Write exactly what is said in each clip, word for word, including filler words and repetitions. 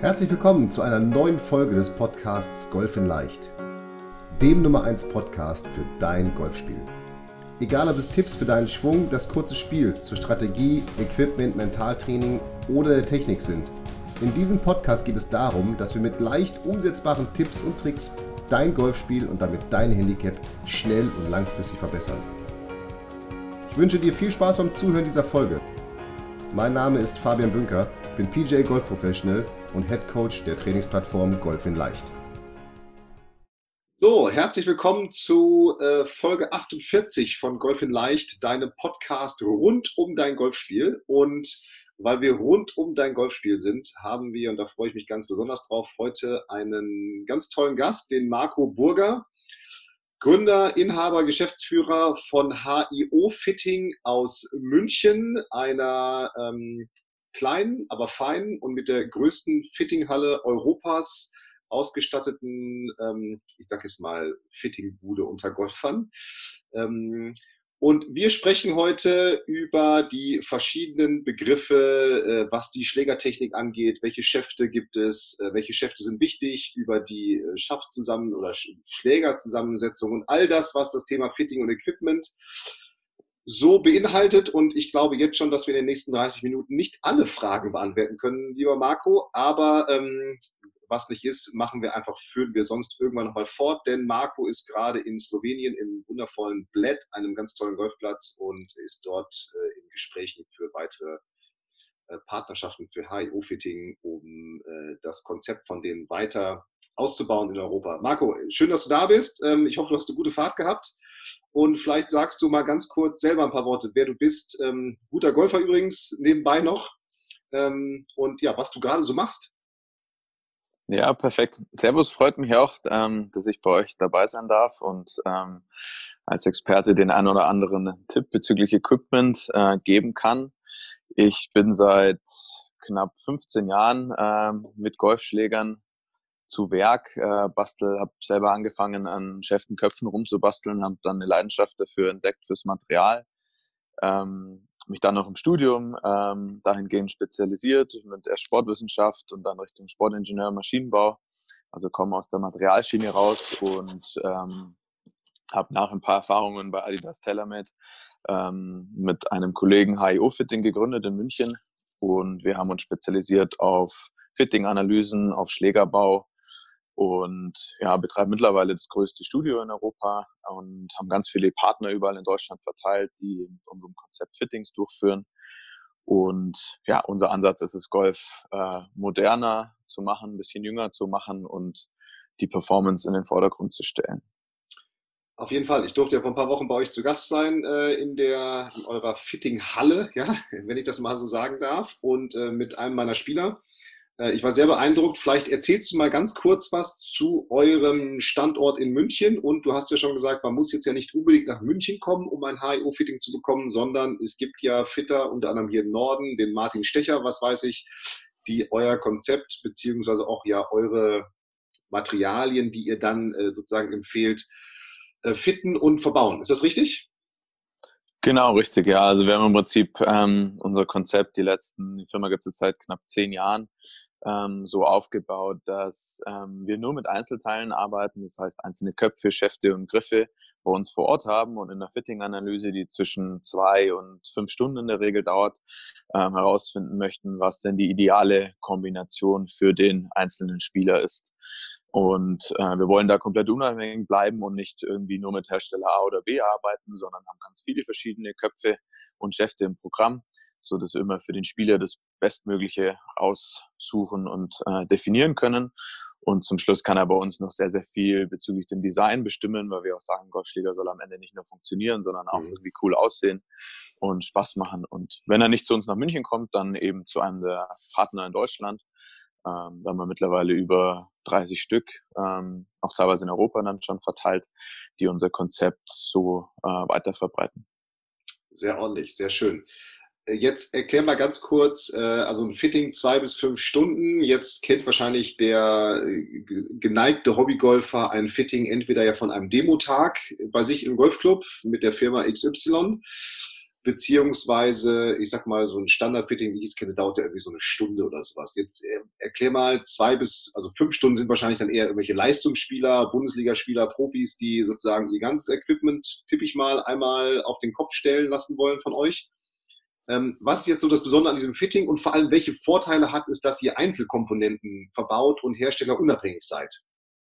Herzlich willkommen zu einer neuen Folge des Podcasts Golf in Leicht, dem Nummer eins Podcast für dein Golfspiel. Egal ob es Tipps für deinen Schwung, das kurze Spiel, zur Strategie, Equipment, Mentaltraining oder der Technik sind. In diesem Podcast geht es darum, dass wir mit leicht umsetzbaren Tipps und Tricks dein Golfspiel und damit dein Handicap schnell und langfristig verbessern. Ich wünsche dir viel Spaß beim Zuhören dieser Folge. Mein Name ist Fabian Bünker, ich bin P G A Golf Professional und Head Coach der Trainingsplattform Golf in Leicht. So, herzlich willkommen zu äh, Folge achtundvierzig von Golf in Leicht, deinem Podcast rund um dein Golfspiel. Und weil wir rund um dein Golfspiel sind, haben wir, und da freue ich mich ganz besonders drauf, heute einen ganz tollen Gast, den Marco Burger, Gründer, Inhaber, Geschäftsführer von H I O Fitting aus München, einer ähm, kleinen, aber feinen und mit der größten Fittinghalle Europas ausgestatteten, ähm, ich sage jetzt mal, Fittingbude unter Golfern. Ähm, und wir sprechen heute über die verschiedenen Begriffe, äh, was die Schlägertechnik angeht, welche Schäfte gibt es, äh, welche Schäfte sind wichtig, über die äh, Schaftzusammen- oder Sch- Schlägerzusammensetzung und all das, was das Thema Fitting und Equipment so beinhaltet. Und ich glaube jetzt schon, dass wir in den nächsten dreißig Minuten nicht alle Fragen beantworten können, lieber Marco, aber ähm, was nicht ist, machen wir einfach, führen wir sonst irgendwann nochmal fort, denn Marco ist gerade in Slowenien im wundervollen Bled, einem ganz tollen Golfplatz, und ist dort äh, in Gesprächen für weitere äh, Partnerschaften für H I O-Fitting, um äh, das Konzept von denen weiter auszubauen in Europa. Marco, schön, dass du da bist. Ähm, ich hoffe, du hast eine gute Fahrt gehabt. Und vielleicht sagst du mal ganz kurz selber ein paar Worte, wer du bist. Ähm, guter Golfer übrigens, nebenbei noch. Ähm, und ja, was du gerade so machst. Ja, perfekt. Servus, freut mich auch, ähm, dass ich bei euch dabei sein darf und ähm, als Experte den einen oder anderen Tipp bezüglich Equipment äh, geben kann. Ich bin seit knapp fünfzehn Jahren ähm, mit Golfschlägern zu Werk, äh, bastel, habe selber angefangen an Schäften, Köpfen rumzubasteln, habe dann eine Leidenschaft dafür entdeckt, fürs Material. Ähm, mich dann noch im Studium ähm, dahingehend spezialisiert mit erst Sportwissenschaft und dann Richtung Sportingenieur, Maschinenbau. Also komme aus der Materialschiene raus und ähm, habe nach ein paar Erfahrungen bei Adidas TaylorMade ähm, mit einem Kollegen H I O Fitting gegründet in München, und wir haben uns spezialisiert auf Fitting-Analysen, auf Schlägerbau und ja, betreiben mittlerweile das größte Studio in Europa und haben ganz viele Partner überall in Deutschland verteilt, die mit unserem Konzept Fittings durchführen. Und ja, unser Ansatz ist es, Golf äh, moderner zu machen, ein bisschen jünger zu machen und die Performance in den Vordergrund zu stellen. Auf jeden Fall. Ich durfte ja vor ein paar Wochen bei euch zu Gast sein äh, in der in eurer Fitting-Halle, ja, wenn ich das mal so sagen darf, und äh, mit einem meiner Spieler. Äh, ich war sehr beeindruckt. Vielleicht erzählst du mal ganz kurz was zu eurem Standort in München. Und du hast ja schon gesagt, man muss jetzt ja nicht unbedingt nach München kommen, um ein H I O-Fitting zu bekommen, sondern es gibt ja Fitter, unter anderem hier im Norden, den Martin Stecher, was weiß ich, die euer Konzept beziehungsweise auch ja eure Materialien, die ihr dann äh, sozusagen empfehlt, äh, fitten und verbauen. Ist das richtig? Genau, richtig, ja. Also wir haben im Prinzip ähm, unser Konzept die letzten, die Firma gibt es jetzt seit knapp zehn Jahren, ähm, so aufgebaut, dass ähm, wir nur mit Einzelteilen arbeiten, das heißt einzelne Köpfe, Schäfte und Griffe bei uns vor Ort haben und in der Fitting-Analyse, die zwischen zwei und fünf Stunden in der Regel dauert, ähm, herausfinden möchten, was denn die ideale Kombination für den einzelnen Spieler ist. Und äh, wir wollen da komplett unabhängig bleiben und nicht irgendwie nur mit Hersteller A oder B arbeiten, sondern haben ganz viele verschiedene Köpfe und Schäfte im Programm, so dass wir immer für den Spieler das Bestmögliche aussuchen und äh, definieren können. Und zum Schluss kann er bei uns noch sehr, sehr viel bezüglich dem Design bestimmen, weil wir auch sagen, Golfschläger soll am Ende nicht nur funktionieren, sondern auch Mhm. irgendwie cool aussehen und Spaß machen. Und wenn er nicht zu uns nach München kommt, dann eben zu einem der Partner in Deutschland. Ähm, da haben wir mittlerweile über dreißig Stück, ähm, auch teilweise in Europa dann schon verteilt, die unser Konzept so äh, weiter verbreiten. Sehr ordentlich, sehr schön. Jetzt erklär mal ganz kurz, äh, also ein Fitting zwei bis fünf Stunden. Jetzt kennt wahrscheinlich der äh, geneigte Hobbygolfer ein Fitting entweder ja von einem Demotag bei sich im Golfclub mit der Firma X Y beziehungsweise, ich sag mal, so ein Standard-Fitting, wie ich es kenne, dauert ja irgendwie so eine Stunde oder sowas. Jetzt äh, erklär mal, zwei bis, also fünf Stunden sind wahrscheinlich dann eher irgendwelche Leistungsspieler, Bundesligaspieler, Profis, die sozusagen ihr ganzes Equipment, tippe ich mal, einmal auf den Kopf stellen lassen wollen von euch. Ähm, was ist jetzt so das Besondere an diesem Fitting und vor allem, welche Vorteile hat es, dass ihr Einzelkomponenten verbaut und herstellerunabhängig seid?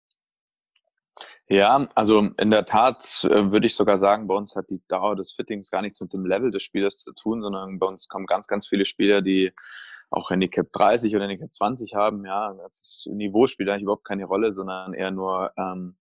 Ja, also in der Tat äh, würde ich sogar sagen, bei uns hat die Dauer des Fittings gar nichts mit dem Level des Spielers zu tun, sondern bei uns kommen ganz, ganz viele Spieler, die auch Handicap dreißig oder Handicap zwanzig haben. Ja, das Niveau spielt eigentlich überhaupt keine Rolle, sondern eher nur, ähm,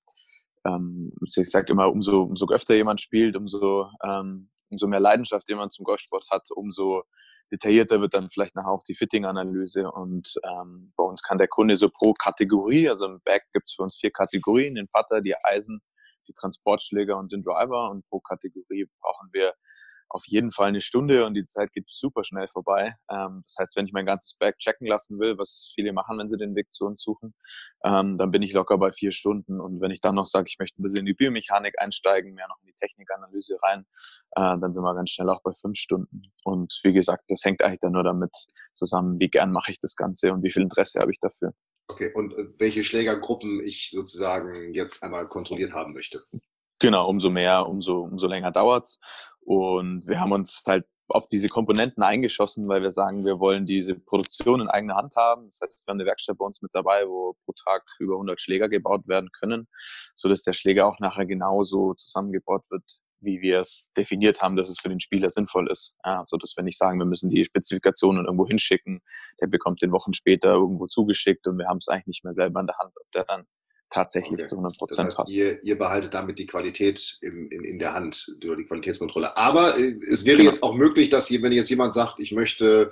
ähm, ich sage immer, umso, umso öfter jemand spielt, umso, ähm, umso mehr Leidenschaft jemand zum Golfsport hat, umso detaillierter wird dann vielleicht nachher auch die Fitting-Analyse. Und ähm, bei uns kann der Kunde so pro Kategorie, also im Bag gibt es für uns vier Kategorien, den Putter, die Eisen, die Transportschläger und den Driver. Und pro Kategorie brauchen wir auf jeden Fall eine Stunde und die Zeit geht super schnell vorbei. Ähm, das heißt, wenn ich mein ganzes Bag checken lassen will, was viele machen, wenn sie den Weg zu uns suchen, ähm, dann bin ich locker bei vier Stunden. Und wenn ich dann noch sage, ich möchte ein bisschen in die Biomechanik einsteigen, mehr noch in die Technikanalyse rein, äh, dann sind wir ganz schnell auch bei fünf Stunden. Und wie gesagt, das hängt eigentlich dann nur damit zusammen, wie gern mache ich das Ganze und wie viel Interesse habe ich dafür. Okay, und äh, welche Schlägergruppen ich sozusagen jetzt einmal kontrolliert haben möchte. Genau, umso mehr, umso, umso länger dauert's. Und wir haben uns halt auf diese Komponenten eingeschossen, weil wir sagen, wir wollen diese Produktion in eigener Hand haben. Das heißt, wir haben eine Werkstatt bei uns mit dabei, wo pro Tag über hundert Schläger gebaut werden können, so dass der Schläger auch nachher genauso zusammengebaut wird, wie wir es definiert haben, dass es für den Spieler sinnvoll ist. Ja, so dass wir nicht sagen, wir müssen die Spezifikationen irgendwo hinschicken. Der bekommt den Wochen später irgendwo zugeschickt und wir haben es eigentlich nicht mehr selber in der Hand, ob der dann tatsächlich Okay. zu hundert Das Prozent heißt, passt. ihr, ihr behaltet damit die Qualität im, in, in der Hand, oder die Qualitätskontrolle. Aber äh, es wäre Genau. jetzt auch möglich, dass hier, wenn jetzt jemand sagt, ich möchte,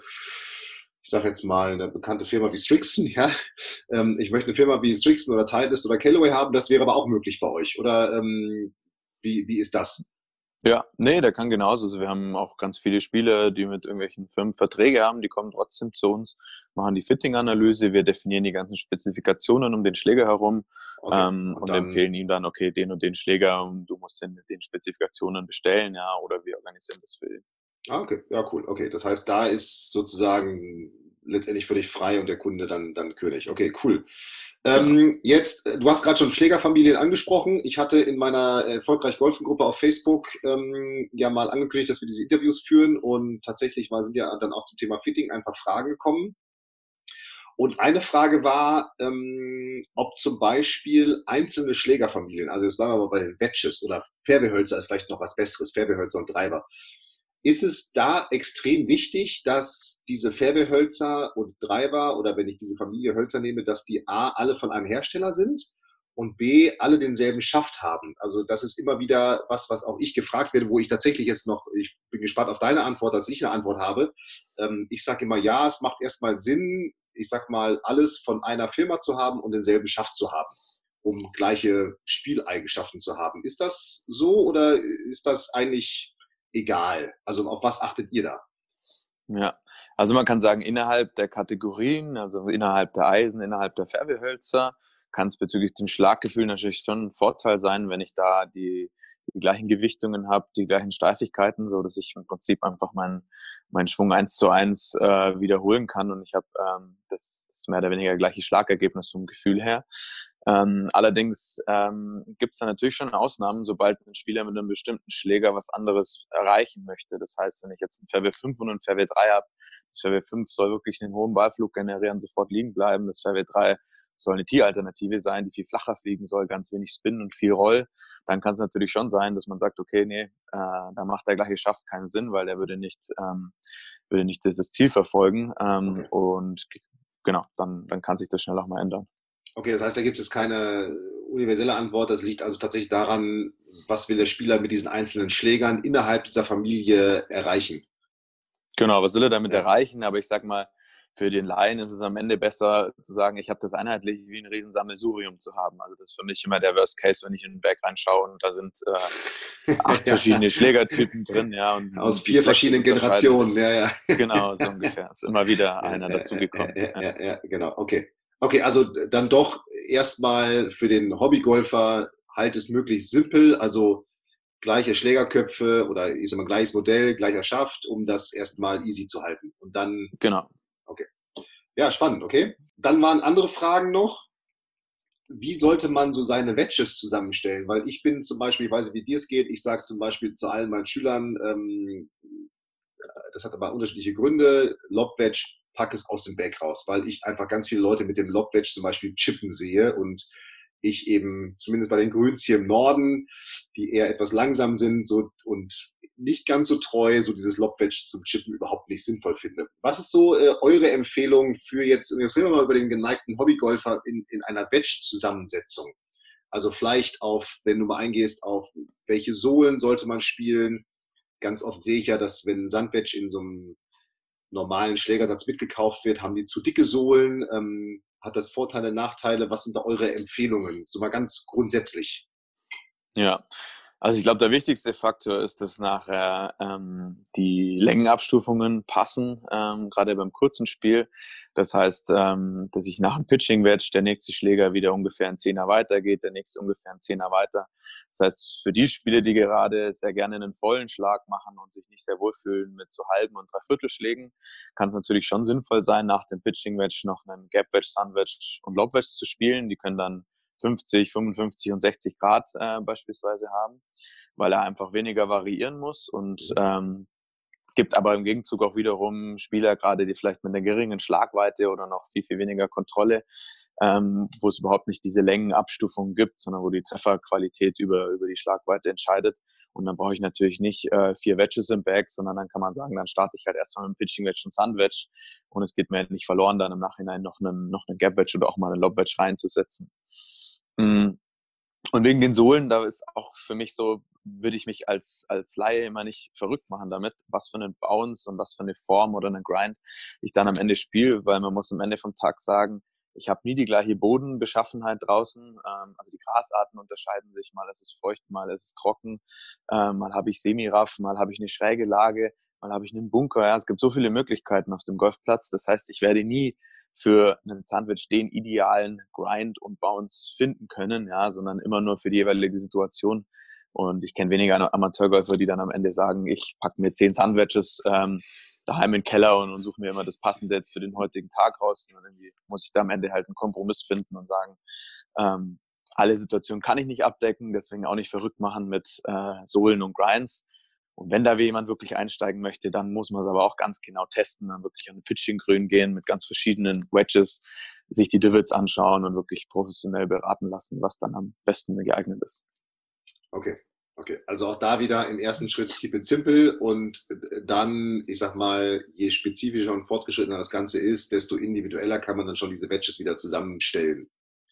ich sage jetzt mal, eine bekannte Firma wie Strixon, ja, ähm, ich möchte eine Firma wie Strixon oder Titleist oder Callaway haben, das wäre aber auch möglich bei euch. Oder ähm, wie, wie ist das? Ja, nee, der kann genauso. Also wir haben auch ganz viele Spieler, die mit irgendwelchen Firmen Verträge haben, die kommen trotzdem zu uns, machen die Fitting-Analyse, wir definieren die ganzen Spezifikationen um den Schläger herum Okay. ähm, Und und dann, empfehlen ihm dann, okay, den und den Schläger, und du musst den mit den Spezifikationen bestellen, ja, oder wir organisieren das für ihn. ah, okay, ja, cool. Okay, das heißt, da ist sozusagen letztendlich völlig frei und der Kunde dann, dann König. Okay, cool. Genau. Ähm, jetzt, äh, du hast gerade schon Schlägerfamilien angesprochen. Ich hatte in meiner erfolgreich Golfen Gruppe auf Facebook ähm, ja mal angekündigt, dass wir diese Interviews führen und tatsächlich mal sind ja dann auch zum Thema Fitting ein paar Fragen gekommen. Und eine Frage war, ähm, ob zum Beispiel einzelne Schlägerfamilien, also jetzt bleiben wir mal bei den Wedges oder Fairway-Hölzer ist vielleicht noch was Besseres, Fairway-Hölzer und Driver, ist es da extrem wichtig, dass diese Fairway-Hölzer und Driver oder wenn ich diese Familie Hölzer nehme, dass die A, alle von einem Hersteller sind und B, alle denselben Schaft haben. Also das ist immer wieder was, was auch ich gefragt werde, wo ich tatsächlich jetzt noch, ich bin gespannt auf deine Antwort, dass ich eine Antwort habe. Ähm, ich sage immer, ja, es macht erstmal Sinn, ich sag mal, alles von einer Firma zu haben und denselben Schaft zu haben, um gleiche Spieleigenschaften zu haben. Ist das so oder ist das eigentlich egal? Also auf was achtet ihr da? Ja, also man kann sagen, innerhalb der Kategorien, also innerhalb der Eisen, innerhalb der Färbehölzer, kann es bezüglich dem Schlaggefühl natürlich schon ein Vorteil sein, wenn ich da die, die gleichen Gewichtungen habe, die gleichen Steifigkeiten, so dass ich im Prinzip einfach meinen meinen Schwung eins zu eins äh, wiederholen kann und ich habe ähm, das, das mehr oder weniger gleiche Schlagergebnis vom Gefühl her. Ähm, allerdings ähm, gibt es da natürlich schon Ausnahmen, sobald ein Spieler mit einem bestimmten Schläger was anderes erreichen möchte. Das heißt, wenn ich jetzt ein Fairway fünf und ein Fairway drei habe, das Fairway fünf soll wirklich einen hohen Ballflug generieren, sofort liegen bleiben. Das Fairway drei soll eine Tee-Alternative sein, die viel flacher fliegen soll, ganz wenig Spin und viel Roll. Dann kann es natürlich schon sein, dass man sagt, okay, nee, äh, da macht der gleiche Schaft keinen Sinn, weil der würde nicht, ähm, würde nicht das, das Ziel verfolgen. Ähm, Okay. und genau, dann, dann kann sich das schnell auch mal ändern. Okay, das heißt, da gibt es keine universelle Antwort. Das liegt also tatsächlich daran, was will der Spieler mit diesen einzelnen Schlägern innerhalb dieser Familie erreichen. Genau, was will er damit Ja. erreichen? Aber ich sag mal, für den Laien ist es am Ende besser zu sagen, ich habe das einheitlich wie ein Riesensammelsurium zu haben. Also das ist für mich immer der Worst Case, wenn ich in den Bag reinschaue und da sind äh, acht Ja. verschiedene Schlägertypen drin, ja, Aus und die vier Flexion verschiedenen unterscheiden Generationen. sich. Ja, ja. Genau, so ungefähr. Ist immer wieder Ja, einer ja, ja, dazugekommen. ja, Ja. ja, ja, genau. Okay. Okay, also dann doch erstmal für den Hobbygolfer halt es möglichst simpel. Also gleiche Schlägerköpfe oder ich sag mal gleiches Modell, gleicher Schaft, um das erstmal easy zu halten. Und dann, Genau. okay. Ja, spannend, okay. Dann waren andere Fragen noch. Wie sollte man so seine Wedges zusammenstellen? Weil ich bin zum Beispiel, ich weiß nicht, wie dir es geht, ich sage zum Beispiel zu allen meinen Schülern, ähm, das hat aber unterschiedliche Gründe, Lob-Wedge, pack es aus dem Bag raus, weil ich einfach ganz viele Leute mit dem Lob-Wedge zum Beispiel chippen sehe und ich eben, zumindest bei den Grüns hier im Norden, die eher etwas langsam sind so, und nicht ganz so treu, so dieses Lob-Wedge zum Chippen überhaupt nicht sinnvoll finde. Was ist so äh, eure Empfehlung für jetzt, jetzt reden wir mal über den geneigten Hobbygolfer in, in einer Wedge-Zusammensetzung? Also vielleicht auf, wenn du mal eingehst, auf welche Sohlen sollte man spielen. Ganz oft sehe ich ja, dass wenn ein Sandwedge in so einem normalen Schlägersatz mitgekauft wird, haben die zu dicke Sohlen. Ähm, hat das Vorteile, Nachteile? Was sind da eure Empfehlungen? So mal ganz grundsätzlich. Ja, also ich glaube, der wichtigste Faktor ist, dass nachher ähm, die Längenabstufungen passen, ähm, gerade beim kurzen Spiel. Das heißt, ähm, dass ich nach dem Pitching-Wedge der nächste Schläger wieder ungefähr einen Zehner weiter geht, der nächste ungefähr einen Zehner weiter. Das heißt, für die Spieler, die gerade sehr gerne einen vollen Schlag machen und sich nicht sehr wohlfühlen mit so halben und Dreiviertelschlägen, kann es natürlich schon sinnvoll sein, nach dem Pitching-Wedge noch einen Gap-Wedge, Sun-Wedge und Lob-Wedge zu spielen. Die können dann fünfzig, fünfundfünfzig und sechzig Grad äh, beispielsweise haben, weil er einfach weniger variieren muss und ähm, gibt aber im Gegenzug auch wiederum Spieler, gerade die vielleicht mit einer geringen Schlagweite oder noch viel, viel weniger Kontrolle, ähm, wo es überhaupt nicht diese Längenabstufung gibt, sondern wo die Trefferqualität über, über die Schlagweite entscheidet. Und dann brauche ich natürlich nicht äh, vier Wedges im Bag, sondern dann kann man sagen, dann starte ich halt erstmal mit einem Pitching Wedge und Sun Wedge und es geht mir nicht verloren, dann im Nachhinein noch einen, noch einen Gap Wedge oder auch mal einen Lob Wedge reinzusetzen. Und wegen den Sohlen, da ist auch für mich so, würde ich mich als, als Laie immer nicht verrückt machen damit, was für einen Bounce und was für eine Form oder einen Grind ich dann am Ende spiele, weil man muss am Ende vom Tag sagen, ich habe nie die gleiche Bodenbeschaffenheit draußen. Ähm, also die Grasarten unterscheiden sich, mal ist es feucht, mal ist es trocken, ähm, mal habe ich Semiraff, mal habe ich eine schräge Lage, mal habe ich einen Bunker. Ja, es gibt so viele Möglichkeiten auf dem Golfplatz. Das heißt, ich werde nie für einen Sandwich den idealen Grind und Bounce finden können, ja, sondern immer nur für die jeweilige Situation. Und ich kenne weniger Amateurgolfer, die dann am Ende sagen, ich packe mir zehn Sandwiches ähm, daheim in den Keller und, und suche mir immer das Passende jetzt für den heutigen Tag raus. Und irgendwie muss ich da am Ende halt einen Kompromiss finden und sagen, ähm, alle Situationen kann ich nicht abdecken, deswegen auch nicht verrückt machen mit äh, Sohlen und Grinds. Und wenn da jemand wirklich einsteigen möchte, dann muss man es aber auch ganz genau testen, dann wirklich an den Pitching-Grün gehen mit ganz verschiedenen Wedges, sich die Divots anschauen und wirklich professionell beraten lassen, was dann am besten geeignet ist. Okay, okay. Also auch da wieder im ersten Schritt keep it simple und dann, ich sag mal, je spezifischer und fortgeschrittener das Ganze ist, desto individueller kann man dann schon diese Wedges wieder zusammenstellen.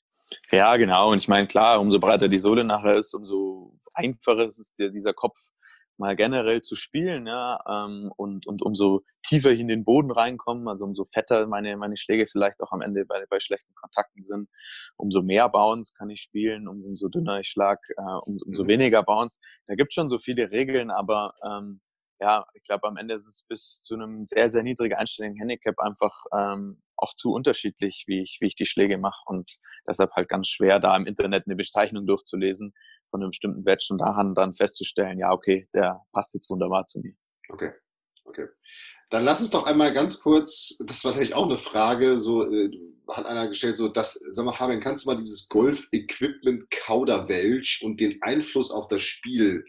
Ja, genau. Und ich meine, klar, umso breiter die Sohle nachher ist, umso einfacher ist es, dieser Kopf mal generell zu spielen, ja, ähm, und, und umso tiefer ich in den Boden reinkomme, also umso fetter meine, meine Schläge vielleicht auch am Ende bei, bei schlechten Kontakten sind, umso mehr Bounce kann ich spielen, um, umso dünner ich schlag, äh, um, umso Mhm. weniger Bounce. Da gibt es schon so viele Regeln, aber ähm, ja, ich glaube, am Ende ist es bis zu einem sehr, sehr niedrigen einstelligen Handicap einfach ähm, auch zu unterschiedlich, wie ich, wie ich die Schläge mache und deshalb halt ganz schwer, da im Internet eine Bezeichnung durchzulesen von einem bestimmten Wedge und daran dann festzustellen, ja, okay, der passt jetzt wunderbar zu mir. Okay, okay. Dann lass uns doch einmal ganz kurz, das war natürlich auch eine Frage, so äh, hat einer gestellt, so das, sag mal, Fabian, kannst du mal dieses Golf-Equipment Kauderwelsch und den Einfluss auf das Spiel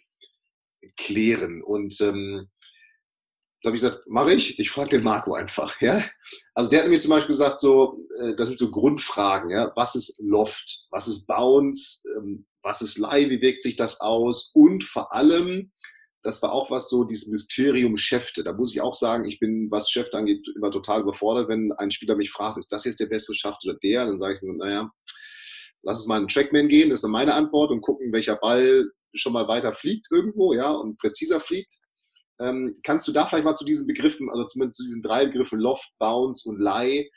klären? Und ähm, da habe ich gesagt, mache ich. Ich frage den Marco einfach. Ja? Also der hat mir zum Beispiel gesagt, so, äh, das sind so Grundfragen. Ja? Was ist Loft? Was ist Bounce? Ähm, was ist Lie? Wie wirkt sich das aus? Und vor allem, das war auch was so, dieses Mysterium Schäfte. Da muss ich auch sagen, ich bin, was Schäfte angeht, immer total überfordert, wenn ein Spieler mich fragt, ist das jetzt der bessere Schaft oder der? Dann sage ich nur, naja, lass uns mal einen Trackman gehen, das ist dann meine Antwort und gucken, welcher Ball schon mal weiter fliegt irgendwo, ja, und präziser fliegt. Ähm, kannst du da vielleicht mal zu diesen Begriffen, also zumindest zu diesen drei Begriffen Loft, Bounce und Lie,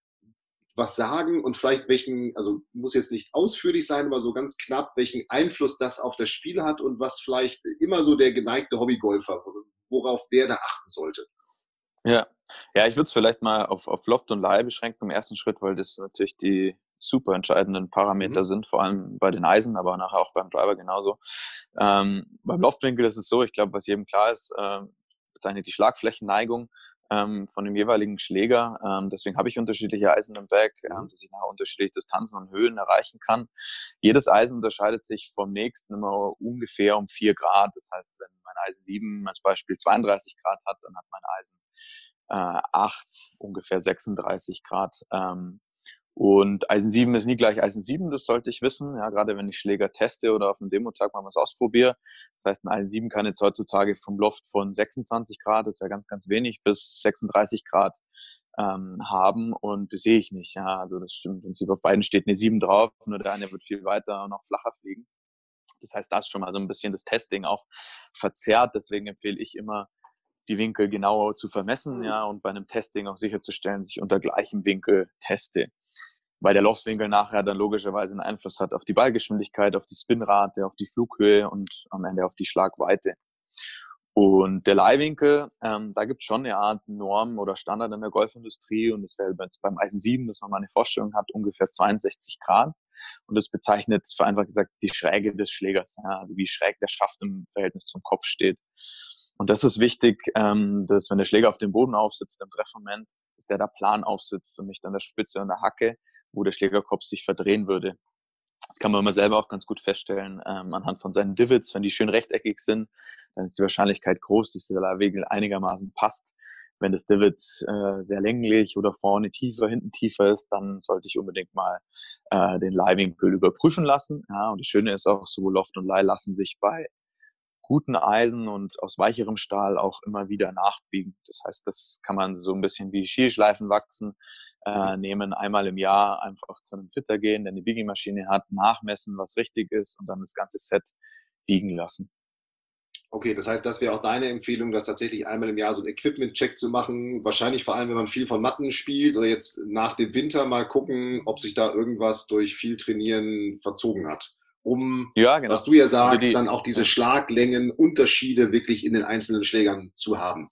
was sagen und vielleicht welchen, also muss jetzt nicht ausführlich sein, aber so ganz knapp, welchen Einfluss das auf das Spiel hat und was vielleicht immer so der geneigte Hobbygolfer, worauf der da achten sollte? Ja, ja, ich würde es vielleicht mal auf, auf Loft und Lie beschränken im ersten Schritt, weil das natürlich die super entscheidenden Parameter Mhm. sind, vor allem bei den Eisen, aber nachher auch beim Driver genauso. Ähm, beim Loftwinkel ist es so, ich glaube, was jedem klar ist, äh, bezeichnet die Schlagflächenneigung ähm, von dem jeweiligen Schläger. Ähm, deswegen habe ich unterschiedliche Eisen im Bag, ähm, Mhm. dass ich nachher unterschiedliche Distanzen und Höhen erreichen kann. Jedes Eisen unterscheidet sich vom nächsten immer ungefähr um vier Grad. Das heißt, wenn mein Eisen sieben als Beispiel zweiunddreißig Grad hat, dann hat mein Eisen äh, acht ungefähr sechsunddreißig Grad. Ähm, und Eisen sieben ist nie gleich Eisen sieben, das sollte ich wissen. Ja, gerade wenn ich Schläger teste oder auf einem Demotag mal was ausprobiere. Das heißt, ein Eisen sieben kann jetzt heutzutage vom Loft von sechsundzwanzig Grad, das wäre ganz, ganz wenig, bis sechsunddreißig Grad ähm, haben. Und das sehe ich nicht. Ja, also das stimmt im Prinzip. Auf beiden steht eine sieben drauf, nur der eine wird viel weiter und auch flacher fliegen. Das heißt, da ist schon mal so ein bisschen das Testing auch verzerrt. Deswegen empfehle ich immer, die Winkel genauer zu vermessen, ja, und bei einem Testing auch sicherzustellen, dass ich unter gleichem Winkel teste. Weil der Loftwinkel nachher dann logischerweise einen Einfluss hat auf die Ballgeschwindigkeit, auf die Spinrate, auf die Flughöhe und am Ende auf die Schlagweite. Und der Leihwinkel, ähm, da gibt es schon eine Art Norm oder Standard in der Golfindustrie und das wäre jetzt beim Eisen sieben, dass man mal eine Vorstellung hat, ungefähr zweiundsechzig Grad. Und das bezeichnet vereinfacht gesagt die Schräge des Schlägers, ja, also wie schräg der Schaft im Verhältnis zum Kopf steht. Und das ist wichtig, ähm, dass wenn der Schläger auf dem Boden aufsitzt im Treffmoment, dass der da plan aufsitzt und nicht an der Spitze und der Hacke, wo der Schlägerkopf sich verdrehen würde. Das kann man immer selber auch ganz gut feststellen ähm, anhand von seinen Divots. Wenn die schön rechteckig sind, dann ist die Wahrscheinlichkeit groß, dass der Leihwinkel einigermaßen passt. Wenn das Divot äh, sehr länglich oder vorne tiefer, hinten tiefer ist, dann sollte ich unbedingt mal äh, den Leihwinkel überprüfen lassen. Ja, und das Schöne ist auch, sowohl Loft und Leih lassen sich bei guten Eisen und aus weicherem Stahl auch immer wieder nachbiegen. Das heißt, das kann man so ein bisschen wie Skischleifen wachsen äh, Mhm. nehmen, einmal im Jahr einfach zu einem Fitter gehen, der eine Biegemaschine hat, nachmessen, was richtig ist und dann das ganze Set biegen lassen. Okay, das heißt, das wäre auch deine Empfehlung, das tatsächlich einmal im Jahr so einen Equipment-Check zu machen. Wahrscheinlich vor allem, wenn man viel von Matten spielt oder jetzt nach dem Winter mal gucken, ob sich da irgendwas durch viel Trainieren verzogen hat. Um, Ja, was genau. du ja Also sagst, die, dann auch diese ja. Schlaglängenunterschiede wirklich in den einzelnen Schlägern zu haben.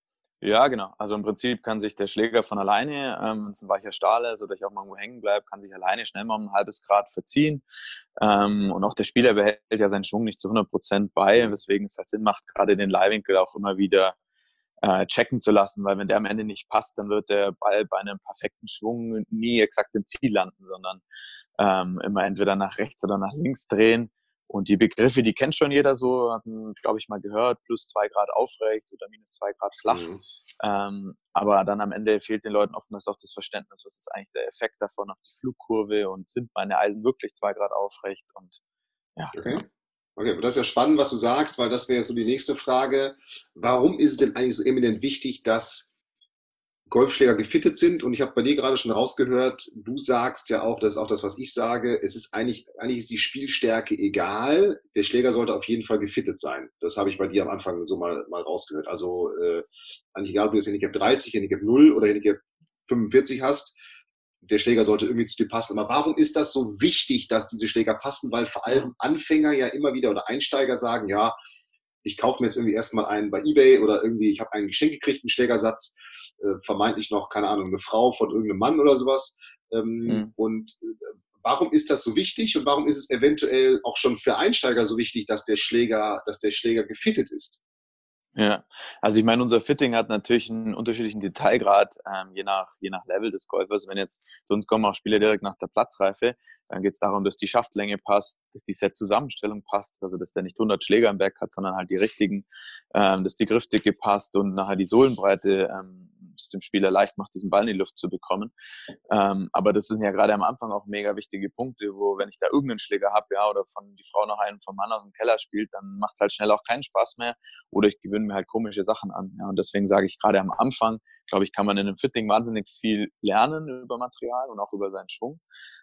Ja, genau. Also im Prinzip kann sich der Schläger von alleine, ähm, wenn es ein weicher Stahl ist oder ich auch mal irgendwo hängen bleibe, kann sich alleine schnell mal um ein halbes Grad verziehen. Ähm, und auch der Spieler behält ja seinen Schwung nicht zu hundert Prozent bei, Mhm. weswegen es halt Sinn macht, gerade den Leihwinkel auch immer wieder äh, checken zu lassen, weil wenn der am Ende nicht passt, dann wird der Ball bei einem perfekten Schwung nie exakt im Ziel landen, sondern ähm, immer entweder nach rechts oder nach links drehen. Und die Begriffe, die kennt schon jeder so, hatten, glaube ich, mal gehört, plus zwei Grad aufrecht oder minus zwei Grad flach. Mhm. Ähm, aber dann am Ende fehlt den Leuten oftmals auch das Verständnis, was ist eigentlich der Effekt davon auf die Flugkurve und sind meine Eisen wirklich zwei Grad aufrecht und ja, Okay. genau. Okay, aber das ist ja spannend, was du sagst, weil das wäre so die nächste Frage. Warum ist es denn eigentlich so eminent wichtig, dass Golfschläger gefittet sind? Und ich habe bei dir gerade schon rausgehört, du sagst ja auch, das ist auch das, was ich sage, es ist eigentlich, eigentlich ist die Spielstärke egal. Der Schläger sollte auf jeden Fall gefittet sein. Das habe ich bei dir am Anfang so mal, mal rausgehört. Also äh, eigentlich egal, ob du jetzt Handicap dreißig, Handicap null oder Handicap fünfundvierzig hast, der Schläger sollte irgendwie zu dir passen. Aber warum ist das so wichtig, dass diese Schläger passen? Weil vor allem Anfänger ja immer wieder oder Einsteiger sagen, ja, ich kaufe mir jetzt irgendwie erstmal einen bei eBay oder irgendwie, ich habe einen Geschenk gekriegt, einen Schlägersatz, äh, vermeintlich noch, keine Ahnung, eine Frau von irgendeinem Mann oder sowas. Ähm, Mhm. und äh, warum ist das so wichtig und warum ist es eventuell auch schon für Einsteiger so wichtig, dass der Schläger, dass der Schläger gefittet ist? Ja, also ich meine, unser Fitting hat natürlich einen unterschiedlichen Detailgrad, ähm, je nach, je nach Level des Golfers. Wenn jetzt zu uns kommen auch Spieler direkt nach der Platzreife, dann geht es darum, dass die Schaftlänge passt, dass die Set-Zusammenstellung passt, also dass der nicht hundert Schläger im Bag hat, sondern halt die richtigen, ähm, dass die Griffdicke passt und nachher die Sohlenbreite, ähm, es dem Spieler leicht macht, diesen Ball in die Luft zu bekommen. Ähm, aber das sind ja gerade am Anfang auch mega wichtige Punkte, wo, wenn ich da irgendeinen Schläger habe, ja, oder von die Frau noch einen vom Mann aus dem Keller spielt, dann macht es halt schnell auch keinen Spaß mehr oder ich gewöhne mir halt komische Sachen an. Ja, und deswegen sage ich gerade am Anfang, glaube ich, kann man in einem Fitting wahnsinnig viel lernen über Material und auch über seinen Schwung.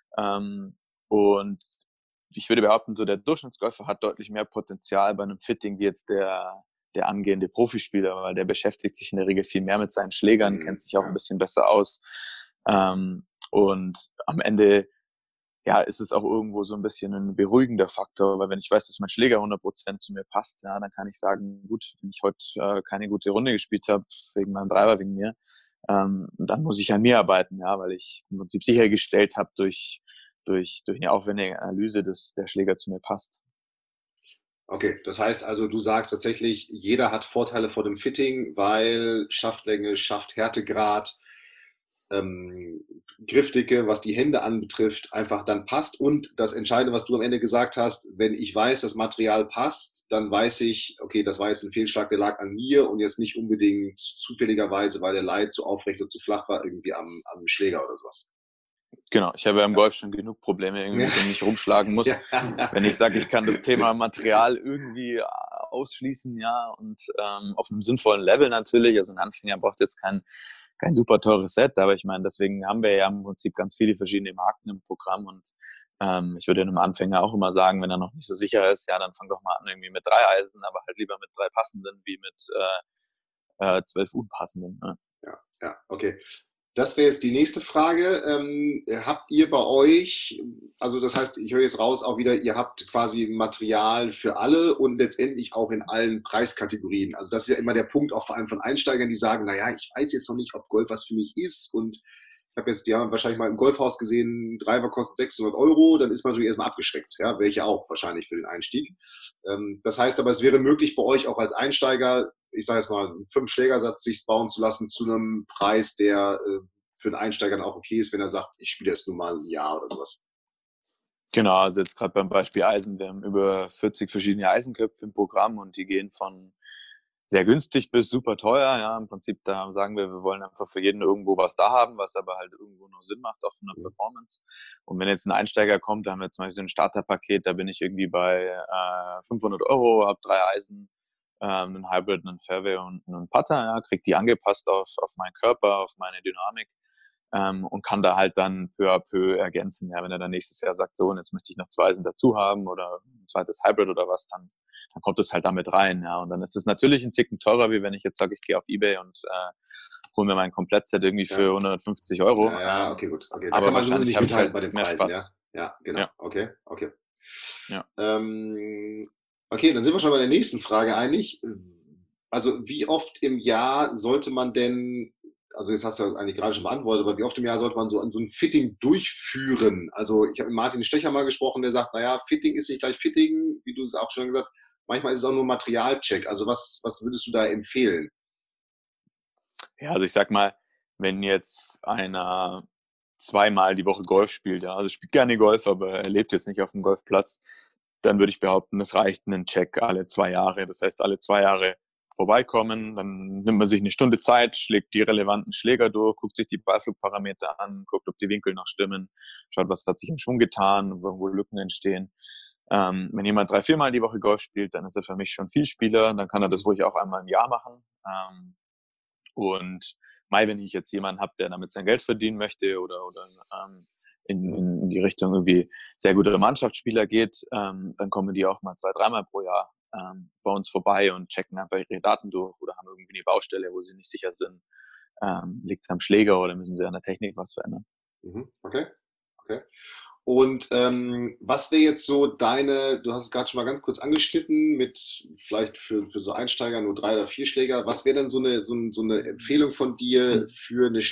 Ähm, und ich würde behaupten, so der Durchschnittsgolfer hat deutlich mehr Potenzial bei einem Fitting wie jetzt der, der angehende Profispieler, weil der beschäftigt sich in der Regel viel mehr mit seinen Schlägern, kennt Mhm, sich auch ein ja. bisschen besser aus. Ähm, und am Ende ja, ist es auch irgendwo so ein bisschen ein beruhigender Faktor, weil wenn ich weiß, dass mein Schläger hundert Prozent zu mir passt, ja, dann kann ich sagen, gut, wenn ich heute äh, keine gute Runde gespielt habe, wegen meinem Driver, wegen mir, ähm, dann muss ich an mir arbeiten, ja, weil ich im Prinzip sichergestellt habe durch durch, durch eine aufwendige Analyse des, der Schläger zu mir passt. Okay, das heißt also, du sagst tatsächlich, jeder hat Vorteile vor dem Fitting, weil Schaftlänge, Schafthärtegrad, ähm, Griffdicke, was die Hände anbetrifft, einfach dann passt. Und das Entscheidende, was du am Ende gesagt hast, wenn ich weiß, das Material passt, dann weiß ich, okay, das war jetzt ein Fehlschlag, der lag an mir und jetzt nicht unbedingt zufälligerweise, weil der Light zu aufrecht oder zu flach war, irgendwie am, am Schläger oder sowas. Genau, ich habe ja im Golf schon genug Probleme, irgendwie, mit denen ich rumschlagen muss. Ja. Wenn ich sage, ich kann das Thema Material irgendwie ausschließen, ja, und ähm, auf einem sinnvollen Level natürlich. Also ein Anfänger braucht jetzt kein, kein super teures Set, aber ich meine, deswegen haben wir ja im Prinzip ganz viele verschiedene Marken im Programm und ähm, ich würde einem Anfänger auch immer sagen, wenn er noch nicht so sicher ist, ja, dann fang doch mal an irgendwie mit drei Eisen, aber halt lieber mit drei passenden wie mit äh, äh, zwölf unpassenden. Ne? Ja, ja, okay. Das wäre jetzt die nächste Frage. Ähm, habt ihr bei euch, also das heißt, ich höre jetzt raus auch wieder, ihr habt quasi Material für alle und letztendlich auch in allen Preiskategorien. Also das ist ja immer der Punkt, auch vor allem von Einsteigern, die sagen, naja, ich weiß jetzt noch nicht, ob Golf was für mich ist und ich habe jetzt, die haben wahrscheinlich mal im Golfhaus gesehen, ein Driver kostet sechshundert Euro, dann ist man natürlich erstmal abgeschreckt, ja, welche auch wahrscheinlich für den Einstieg. Ähm, das heißt aber, es wäre möglich bei euch auch als Einsteiger, ich sage jetzt mal, einen Fünf-Schlägersatz sich bauen zu lassen zu einem Preis, der äh, für den Einsteiger dann auch okay ist, wenn er sagt, ich spiele jetzt nur mal ein Jahr oder sowas. Genau, also jetzt gerade beim Beispiel Eisen, wir haben über vierzig verschiedene Eisenköpfe im Programm und die gehen von sehr günstig bis super teuer. Ja, im Prinzip, da sagen wir, wir wollen einfach für jeden irgendwo was da haben, was aber halt irgendwo noch Sinn macht, auch von der Performance. Und wenn jetzt ein Einsteiger kommt, da haben wir zum Beispiel so ein Starterpaket, da bin ich irgendwie bei äh, fünfhundert Euro, habe drei Eisen, ähm, einen Hybrid, einen Fairway und einen Putter, ja, krieg die angepasst auf, auf meinen Körper, auf meine Dynamik. Ähm, und kann da halt dann peu à peu ergänzen. Ja, wenn er dann nächstes Jahr sagt, so, und jetzt möchte ich noch zwei Eisen dazu haben oder ein zweites Hybrid oder was, dann, dann kommt es halt damit rein. Ja, und dann ist es natürlich ein Ticken teurer, wie wenn ich jetzt sage, ich gehe auf eBay und äh, hole mir mein Komplettset irgendwie für Ja. hundertfünfzig Euro. Ja, ja, okay, gut. Okay. Da Aber kann man sowieso wahrscheinlich nicht habe ich mithalten halt bei den mehr Preisen, ja. Spaß. Ja, genau. Ja, Okay, okay. ja. Ähm, okay, dann sind wir schon bei der nächsten Frage eigentlich. Also wie oft im Jahr sollte man denn, also jetzt hast du eigentlich gerade schon beantwortet, aber wie oft im Jahr sollte man so, so ein Fitting durchführen? Also ich habe mit Martin Stecher mal gesprochen, der sagt, naja, Fitting ist nicht gleich Fitting, wie du es auch schon gesagt hast. Manchmal ist es auch nur Materialcheck. Also was, was würdest du da empfehlen? Ja, also ich sag mal, wenn jetzt einer zweimal die Woche Golf spielt, ja, also spielt gerne Golf, aber er lebt jetzt nicht auf dem Golfplatz, dann würde ich behaupten, es reicht ein Check alle zwei Jahre. Das heißt, alle zwei Jahre vorbeikommen, dann nimmt man sich eine Stunde Zeit, schlägt die relevanten Schläger durch, guckt sich die Ballflugparameter an, guckt, ob die Winkel noch stimmen, schaut, was hat sich im Schwung getan, wo Lücken entstehen. Ähm, wenn jemand drei, viermal die Woche Golf spielt, dann ist er für mich schon viel Spieler, dann kann er das ruhig auch einmal im Jahr machen. Ähm, und Mai, wenn ich jetzt jemanden habe, der damit sein Geld verdienen möchte oder, oder ähm, in, in die Richtung irgendwie sehr guter Mannschaftsspieler geht, ähm, dann kommen die auch mal zwei, dreimal pro Jahr ähm, bei uns vorbei und checken einfach ihre Daten durch oder haben irgendwie eine Baustelle, wo sie nicht sicher sind. Ähm, liegt es am Schläger oder müssen sie an der Technik was verändern? Mhm. Okay, okay. Und ähm, was wäre jetzt so deine, du hast es gerade schon mal ganz kurz angeschnitten, mit vielleicht für, für so Einsteiger nur drei oder vier Schläger. Was wäre denn so eine, so, ein, so eine Empfehlung von dir für eine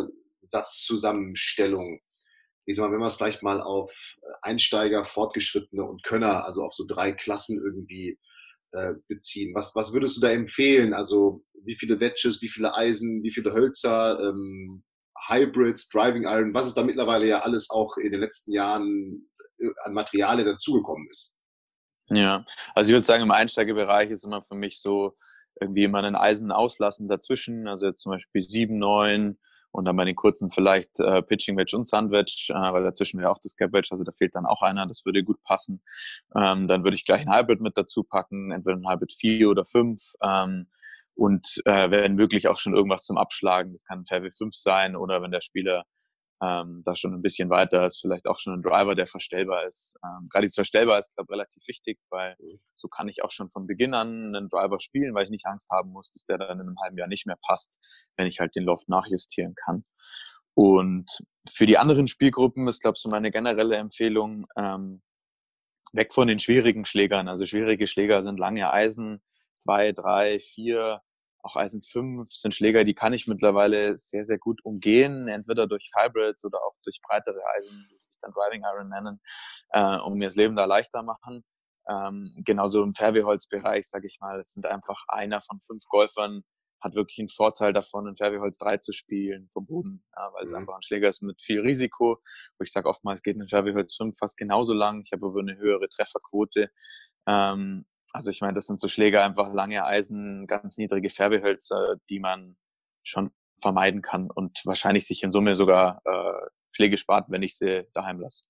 Schlägersatzzusammenstellung? Ich sag mal, wenn wir es vielleicht mal auf Einsteiger, Fortgeschrittene und Könner, also auf so drei Klassen irgendwie äh, beziehen. Was, was würdest du da empfehlen? Also wie viele Wedges, wie viele Eisen, wie viele Hölzer, ähm, Hybrids, Driving Iron, was es da mittlerweile ja alles auch in den letzten Jahren äh, an Materialien dazugekommen ist. Ja, also ich würde sagen, im Einsteigerbereich ist immer für mich so irgendwie immer ein Eisen auslassen dazwischen, also jetzt zum Beispiel sieben, neun und dann bei den kurzen vielleicht äh, Pitching Wedge und Sun Wedge, äh, weil dazwischen wäre auch das Gap Wedge, also da fehlt dann auch einer, das würde gut passen. Ähm, dann würde ich gleich ein Hybrid mit dazu packen, entweder ein Hybrid vier oder fünf ähm, und äh, wenn möglich auch schon irgendwas zum Abschlagen, das kann ein Fairway fünf sein oder wenn der Spieler ähm, da schon ein bisschen weiter ist, vielleicht auch schon ein Driver, der verstellbar ist. Ähm, gerade dieses verstellbar ist, glaube ich, relativ wichtig, weil so kann ich auch schon von Beginn an einen Driver spielen, weil ich nicht Angst haben muss, dass der dann in einem halben Jahr nicht mehr passt, wenn ich halt den Loft nachjustieren kann. Und für die anderen Spielgruppen ist, glaube ich, so meine generelle Empfehlung, ähm, weg von den schwierigen Schlägern. Also schwierige Schläger sind lange Eisen, zwei, drei, vier, auch Eisen fünf sind Schläger, die kann ich mittlerweile sehr, sehr gut umgehen, entweder durch Hybrids oder auch durch breitere Eisen, die sich dann Driving Iron nennen, äh, und mir das Leben da leichter machen. Ähm, genauso im Fairway-Holz-Bereich, sage ich mal, es sind einfach einer von fünf Golfern, hat wirklich einen Vorteil davon, in Fairway-Holz drei zu spielen vom Boden, ja, weil es Mhm. einfach ein Schläger ist mit viel Risiko, wo ich sage, oftmals geht ein Fairway-Holz fünf fast genauso lang, ich habe aber eine höhere Trefferquote. Ähm, also ich meine, das sind so Schläger, einfach lange Eisen, ganz niedrige Fairway-Hölzer, die man schon vermeiden kann und wahrscheinlich sich in Summe sogar äh, Schläge spart, wenn ich sie daheim lasse.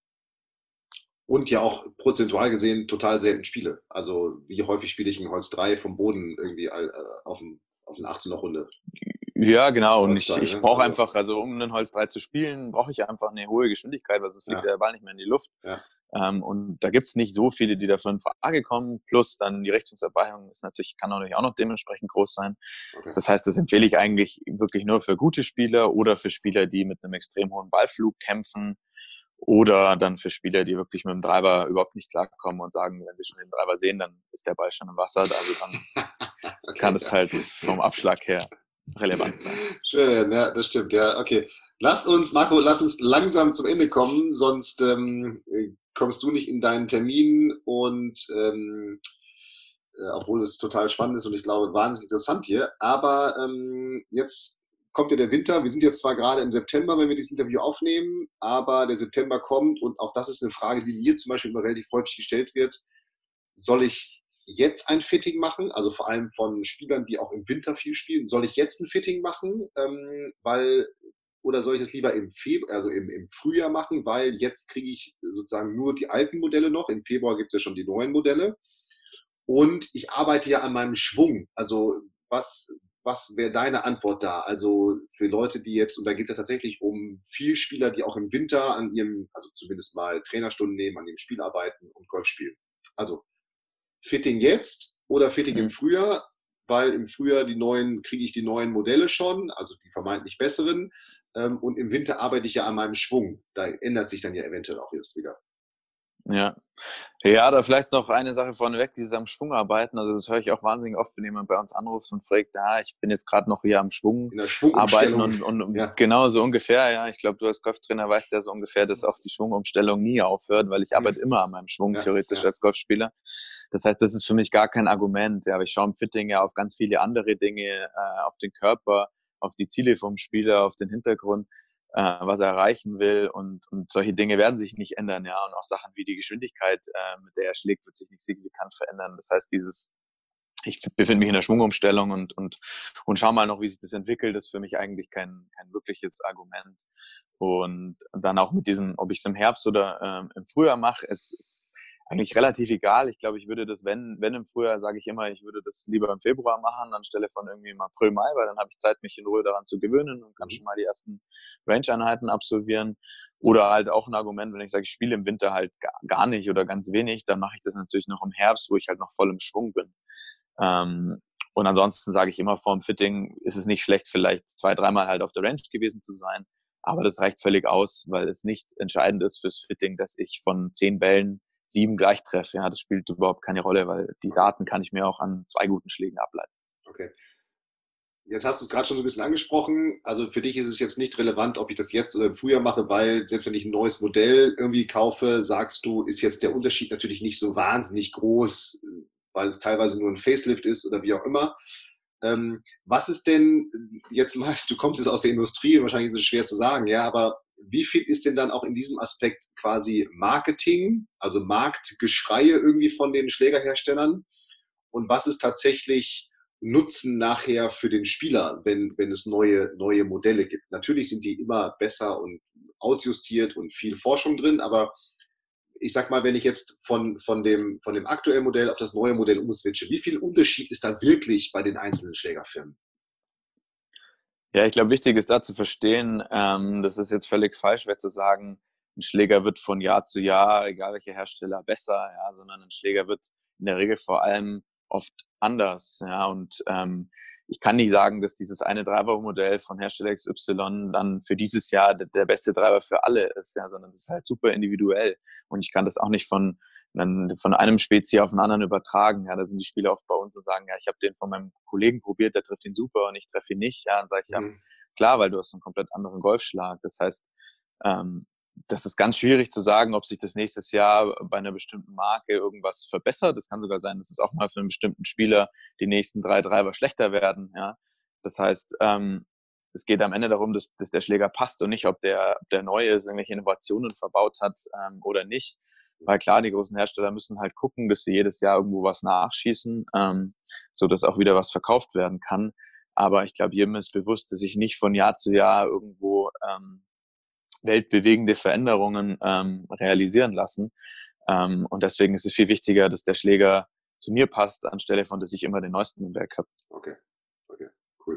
Und ja auch prozentual gesehen total selten spiele. Also wie häufig spiele ich ein Holz drei vom Boden irgendwie äh, auf, ein, auf eine achtzehner Runde Ja, genau. Und ich, heutzutage. ich Ne? brauche Also einfach, also um einen Holz drei zu spielen, brauche ich einfach eine hohe Geschwindigkeit, weil sonst fliegt ja, der Ball nicht mehr in die Luft. ja, Ähm, und da gibt's nicht so viele, die dafür in Frage kommen. Plus dann die Richtungsabweichung ist natürlich, kann natürlich auch noch dementsprechend groß sein. okay. Das heißt, das empfehle ich eigentlich wirklich nur für gute Spieler oder für Spieler, die mit einem extrem hohen Ballflug kämpfen. Oder dann für Spieler, die wirklich mit dem Driver überhaupt nicht klarkommen und sagen, wenn sie schon den Driver sehen, dann ist der Ball schon im Wasser. Also dann kann Okay, es ja. halt vom Abschlag her relevant sein. Schön, ja, das stimmt, ja, okay. Lass uns, Marco, lass uns langsam zum Ende kommen, sonst ähm, äh, kommst du nicht in deinen Termin und ähm, äh, obwohl es total spannend ist und ich glaube wahnsinnig interessant hier. Aber ähm, jetzt kommt ja der Winter. Wir sind jetzt zwar gerade im September, wenn wir dieses Interview aufnehmen, aber der September kommt und auch das ist eine Frage, die mir zum Beispiel immer relativ häufig gestellt wird. Soll ich jetzt ein Fitting machen, also vor allem von Spielern, die auch im Winter viel spielen, soll ich jetzt ein Fitting machen, ähm, weil oder soll ich das lieber im Februar, also im, im Frühjahr machen, weil jetzt kriege ich sozusagen nur die alten Modelle noch. Im Februar gibt es ja schon die neuen Modelle. Und ich arbeite ja an meinem Schwung. Also was, was wäre deine Antwort da? Also für Leute, die jetzt, und da geht es ja tatsächlich um Vielspieler, die auch im Winter an ihrem, also zumindest mal Trainerstunden nehmen, an dem Spiel arbeiten und Golf spielen. Also Fitting jetzt oder Fitting im Mhm. Frühjahr, weil im Frühjahr die neuen, kriege ich die neuen Modelle schon, also die vermeintlich besseren. Ähm, und im Winter arbeite ich ja an meinem Schwung. Da ändert sich dann ja eventuell auch jetzt wieder. Ja. Ja, da vielleicht noch eine Sache vorneweg, dieses am Schwung arbeiten. Also das höre ich auch wahnsinnig oft, wenn jemand bei uns anruft und fragt, ja, ich bin jetzt gerade noch hier am Schwung In der arbeiten Schwungumstellung, und, und ja. genau so ungefähr, ja. Ich glaube, du als Golftrainer weißt ja so ungefähr, dass auch die Schwungumstellung nie aufhört, weil ich arbeite immer an meinem Schwung Ja, theoretisch ja. als Golfspieler. Das heißt, das ist für mich gar kein Argument. Ja, aber ich schaue im Fitting ja auf ganz viele andere Dinge, äh, auf den Körper, auf die Ziele vom Spieler, auf den Hintergrund, äh, was er erreichen will und, und solche Dinge werden sich nicht ändern, ja, und auch Sachen wie die Geschwindigkeit, äh, mit der er schlägt, wird sich nicht signifikant verändern. Das heißt, dieses, ich befinde mich in der Schwungumstellung und, und, und schau mal noch, wie sich das entwickelt, ist für mich eigentlich kein, kein wirkliches Argument. Und dann auch mit diesem, ob ich es im Herbst oder ähm, im Frühjahr mache, ist, ist eigentlich relativ egal. Ich glaube, ich würde das, wenn, wenn im Frühjahr, sage ich immer, ich würde das lieber im Februar machen, anstelle von irgendwie im April, Mai, weil dann habe ich Zeit, mich in Ruhe daran zu gewöhnen und kann Mhm. schon mal die ersten Range-Einheiten absolvieren. Oder halt auch ein Argument, wenn ich sage, ich spiele im Winter halt gar, gar nicht oder ganz wenig, dann mache ich das natürlich noch im Herbst, wo ich halt noch voll im Schwung bin. Ähm, und ansonsten sage ich immer, vorm Fitting ist es nicht schlecht, vielleicht zwei, dreimal halt auf der Range gewesen zu sein. Aber das reicht völlig aus, weil es nicht entscheidend ist fürs Fitting, dass ich von zehn Bällen sieben gleich treffe. Ja, das spielt überhaupt keine Rolle, weil die Okay. Daten kann ich mir auch an zwei guten Schlägen ableiten. Okay. Jetzt hast du es gerade schon so ein bisschen angesprochen. Also für dich ist es jetzt nicht relevant, ob ich das jetzt oder im Frühjahr mache, weil selbst wenn ich ein neues Modell irgendwie kaufe, sagst du, ist jetzt der Unterschied natürlich nicht so wahnsinnig groß, weil es teilweise nur ein Facelift ist oder wie auch immer. Ähm, was ist denn jetzt mal, du kommst jetzt aus der Industrie und wahrscheinlich ist es schwer zu sagen, ja, aber wie viel ist denn dann auch in diesem Aspekt quasi Marketing, also Marktgeschreie irgendwie von den Schlägerherstellern? Und was ist tatsächlich Nutzen nachher für den Spieler, wenn, wenn es neue, neue Modelle gibt? Natürlich sind die immer besser und ausjustiert und viel Forschung drin, aber ich sag mal, wenn ich jetzt von, von, dem, von dem aktuellen Modell auf das neue Modell umswitche, wie viel Unterschied ist da wirklich bei den einzelnen Schlägerfirmen? Ja, ich glaube, wichtig ist da zu verstehen, ähm, das ist jetzt völlig falsch, wäre zu sagen, ein Schläger wird von Jahr zu Jahr, egal welcher Hersteller, besser, ja, sondern ein Schläger wird in der Regel vor allem oft anders, ja, und ähm, ich kann nicht sagen, dass dieses eine Driver-Modell von Hersteller X Y dann für dieses Jahr der, der beste Driver für alle ist, ja, sondern das ist halt super individuell. Und ich kann das auch nicht von, von einem Spezi auf den anderen übertragen. Ja, da sind die Spieler oft bei uns und sagen, ja, ich habe den von meinem Kollegen probiert, der trifft ihn super und ich treffe ihn nicht. Ja, dann sage ich, ja, Mhm. klar, weil du hast einen komplett anderen Golfschlag. Das heißt, ähm, das ist ganz schwierig zu sagen, ob sich das nächstes Jahr bei einer bestimmten Marke irgendwas verbessert. Es kann sogar sein, dass es auch mal für einen bestimmten Spieler die nächsten drei Driver schlechter werden. Ja, das heißt, ähm, es geht am Ende darum, dass, dass der Schläger passt und nicht, ob der, ob der neu ist, irgendwelche Innovationen verbaut hat ähm, oder nicht. Weil klar, die großen Hersteller müssen halt gucken, dass sie jedes Jahr irgendwo was nachschießen, ähm, so dass auch wieder was verkauft werden kann. Aber ich glaube, jedem ist bewusst, dass ich nicht von Jahr zu Jahr irgendwo ähm, weltbewegende Veränderungen ähm, realisieren lassen. Ähm, und deswegen ist es viel wichtiger, dass der Schläger zu mir passt, anstelle von, dass ich immer den neuesten im Werk habe. Okay, okay, cool.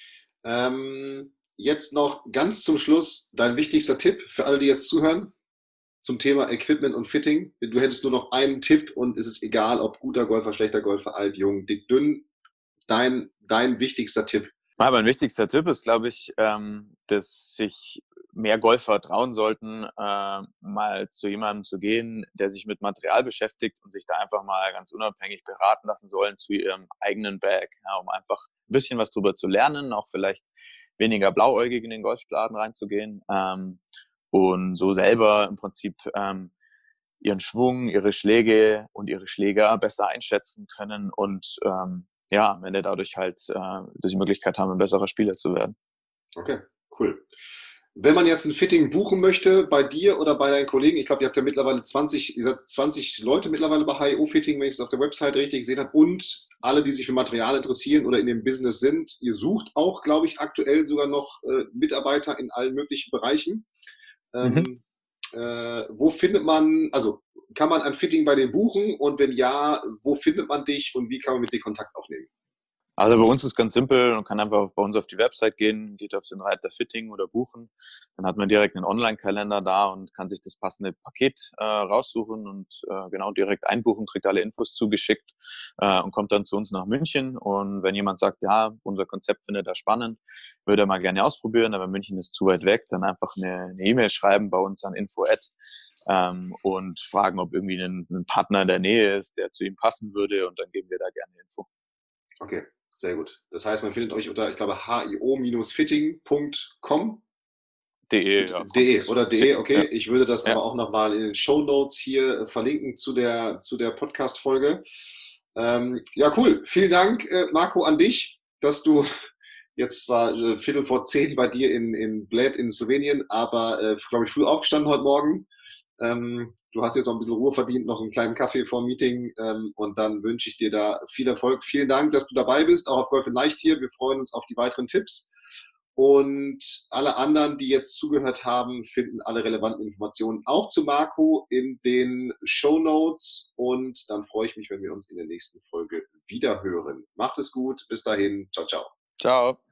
Ähm, jetzt noch ganz zum Schluss dein wichtigster Tipp für alle, die jetzt zuhören zum Thema Equipment und Fitting. Du hättest nur noch einen Tipp und es ist egal, ob guter Golfer, schlechter Golfer, alt, jung, dick, dünn. Dein, dein wichtigster Tipp. Ja, mein wichtigster Tipp ist, glaube ich, ähm, dass sich mehr Golfer trauen sollten, äh, mal zu jemandem zu gehen, der sich mit Material beschäftigt und sich da einfach mal ganz unabhängig beraten lassen sollen zu ihrem eigenen Bag, ja, um einfach ein bisschen was drüber zu lernen, auch vielleicht weniger blauäugig in den Golfladen reinzugehen ähm, und so selber im Prinzip ähm, ihren Schwung, ihre Schläge und ihre Schläger besser einschätzen können und ähm, ja, am Ende dadurch halt äh, die Möglichkeit haben, ein besserer Spieler zu werden. Okay, cool. Wenn man jetzt ein Fitting buchen möchte, bei dir oder bei deinen Kollegen, ich glaube, ihr habt ja mittlerweile zwanzig, ihr seid zwanzig Leute mittlerweile bei H I O-Fitting, wenn ich es auf der Website richtig gesehen habe, und alle, die sich für Material interessieren oder in dem Business sind. Ihr sucht auch, glaube ich, aktuell sogar noch äh, Mitarbeiter in allen möglichen Bereichen. Mhm. Ähm, äh, wo findet man, also kann man ein Fitting bei dir buchen und wenn ja, wo findet man dich und wie kann man mit dir Kontakt aufnehmen? Also bei uns ist ganz simpel, man kann einfach bei uns auf die Website gehen, geht auf den Reiter Fitting oder Buchen. Dann hat man direkt einen Online-Kalender da und kann sich das passende Paket äh, raussuchen und äh, genau direkt einbuchen, kriegt alle Infos zugeschickt äh, und kommt dann zu uns nach München. Und wenn jemand sagt, ja, unser Konzept findet er spannend, würde er mal gerne ausprobieren, aber München ist zu weit weg, dann einfach eine eine E-Mail schreiben bei uns an info at ähm, und fragen, ob irgendwie ein, ein Partner in der Nähe ist, der zu ihm passen würde, und dann geben wir da gerne Info. Okay, sehr gut. Das heißt, man findet euch unter, ich glaube, h i o fitting punkt com. De, ja, kommt De das oder de, schick. okay. Ja, Ich würde das ja. aber auch nochmal in den Show Notes hier äh, verlinken zu der, zu der Podcast-Folge. Ähm, ja, cool. Vielen Dank, äh, Marco, an dich, dass du jetzt zwar äh, Viertel vor zehn bei dir in, in Bled in Slowenien, aber äh, glaube ich früh aufgestanden heute Morgen. Ähm, du hast jetzt noch ein bisschen Ruhe verdient, noch einen kleinen Kaffee vor dem Meeting ähm, und dann wünsche ich dir da viel Erfolg. Vielen Dank, dass du dabei bist, auch auf Golf in Leicht hier. Wir freuen uns auf die weiteren Tipps. Und alle anderen, die jetzt zugehört haben, finden alle relevanten Informationen auch zu Marco in den Show Notes. Und dann freue ich mich, wenn wir uns in der nächsten Folge wieder hören. Macht es gut. Bis dahin. Ciao, ciao. Ciao.